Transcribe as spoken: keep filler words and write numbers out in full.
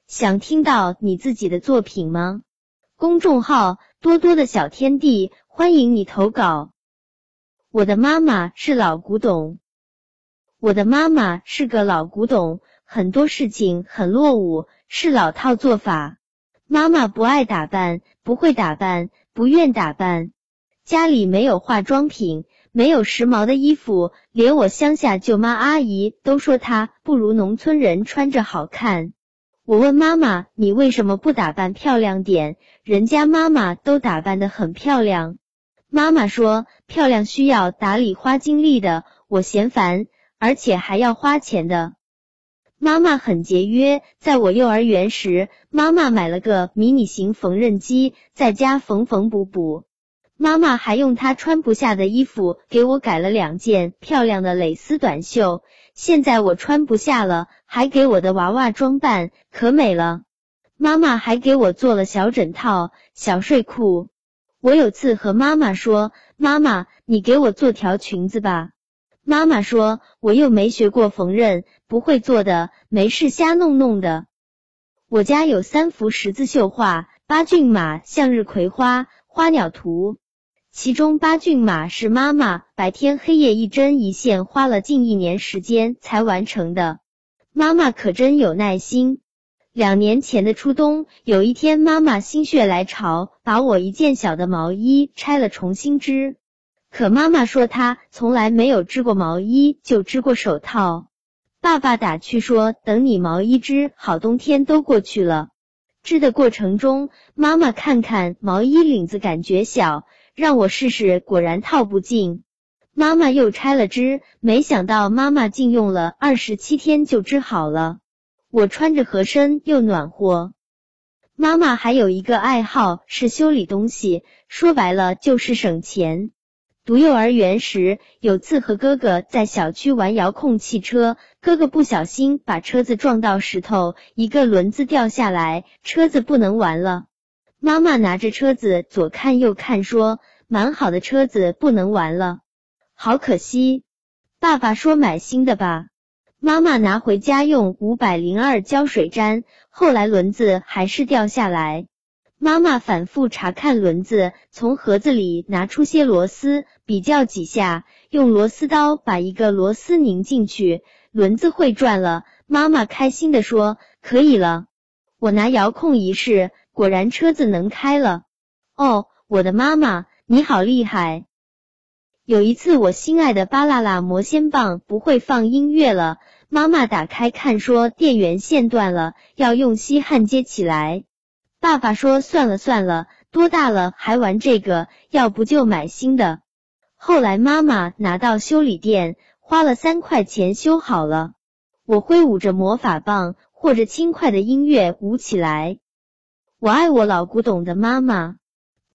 想听到你自己的作品吗？公众号多多的小天地，欢迎你投稿。我的妈妈是老古董。我的妈妈是个老古董，很多事情很落伍，是老套做法。妈妈不爱打扮，不会打扮，不愿打扮。家里没有化妆品，没有时髦的衣服，连我乡下舅妈阿姨都说她不如农村人穿着好看。我问妈妈，你为什么不打扮漂亮点？人家妈妈都打扮得很漂亮。妈妈说，漂亮需要打理花精力的，我嫌烦，而且还要花钱的。妈妈很节约，在我幼儿园时，妈妈买了个迷你型缝纫机，在家缝缝补补。妈妈还用她穿不下的衣服给我改了两件漂亮的蕾丝短袖，现在我穿不下了，还给我的娃娃装扮，可美了。妈妈还给我做了小枕套、小睡裤。我有次和妈妈说，妈妈，你给我做条裙子吧。妈妈说，我又没学过缝纫，不会做的，没事瞎弄弄的。我家有三幅十字绣画，八骏马、向日葵花、花鸟图。其中八骏马是妈妈白天黑夜一针一线花了近一年时间才完成的。妈妈可真有耐心。两年前的初冬，有一天妈妈心血来潮，把我一件小的毛衣拆了重新织。可妈妈说她从来没有织过毛衣，就织过手套。爸爸打趣说，等你毛衣织好，冬天都过去了。织的过程中，妈妈看看毛衣领子感觉小，让我试试，果然套不进。妈妈又拆了织，没想到妈妈竟用了二十七天就织好了。我穿着合身又暖和。妈妈还有一个爱好是修理东西，说白了就是省钱。读幼儿园时，有次和哥哥在小区玩遥控汽车，哥哥不小心把车子撞到石头，一个轮子掉下来，车子不能玩了。妈妈拿着车子左看右看说，蛮好的车子不能玩了，好可惜。爸爸说买新的吧。妈妈拿回家用五百零二胶水粘，后来轮子还是掉下来。妈妈反复查看轮子，从盒子里拿出些螺丝，比较几下，用螺丝刀把一个螺丝拧进去，轮子会转了。妈妈开心地说，可以了。我拿遥控一试，果然车子能开了。哦，我的妈妈，你好厉害。有一次我心爱的巴啦啦魔仙棒不会放音乐了，妈妈打开看说电源线断了，要用锡焊接起来。爸爸说算了算了，多大了还玩这个，要不就买新的。后来妈妈拿到修理店，花了三块钱修好了。我挥舞着魔法棒，或者轻快的音乐舞起来。我爱我老古董的妈妈。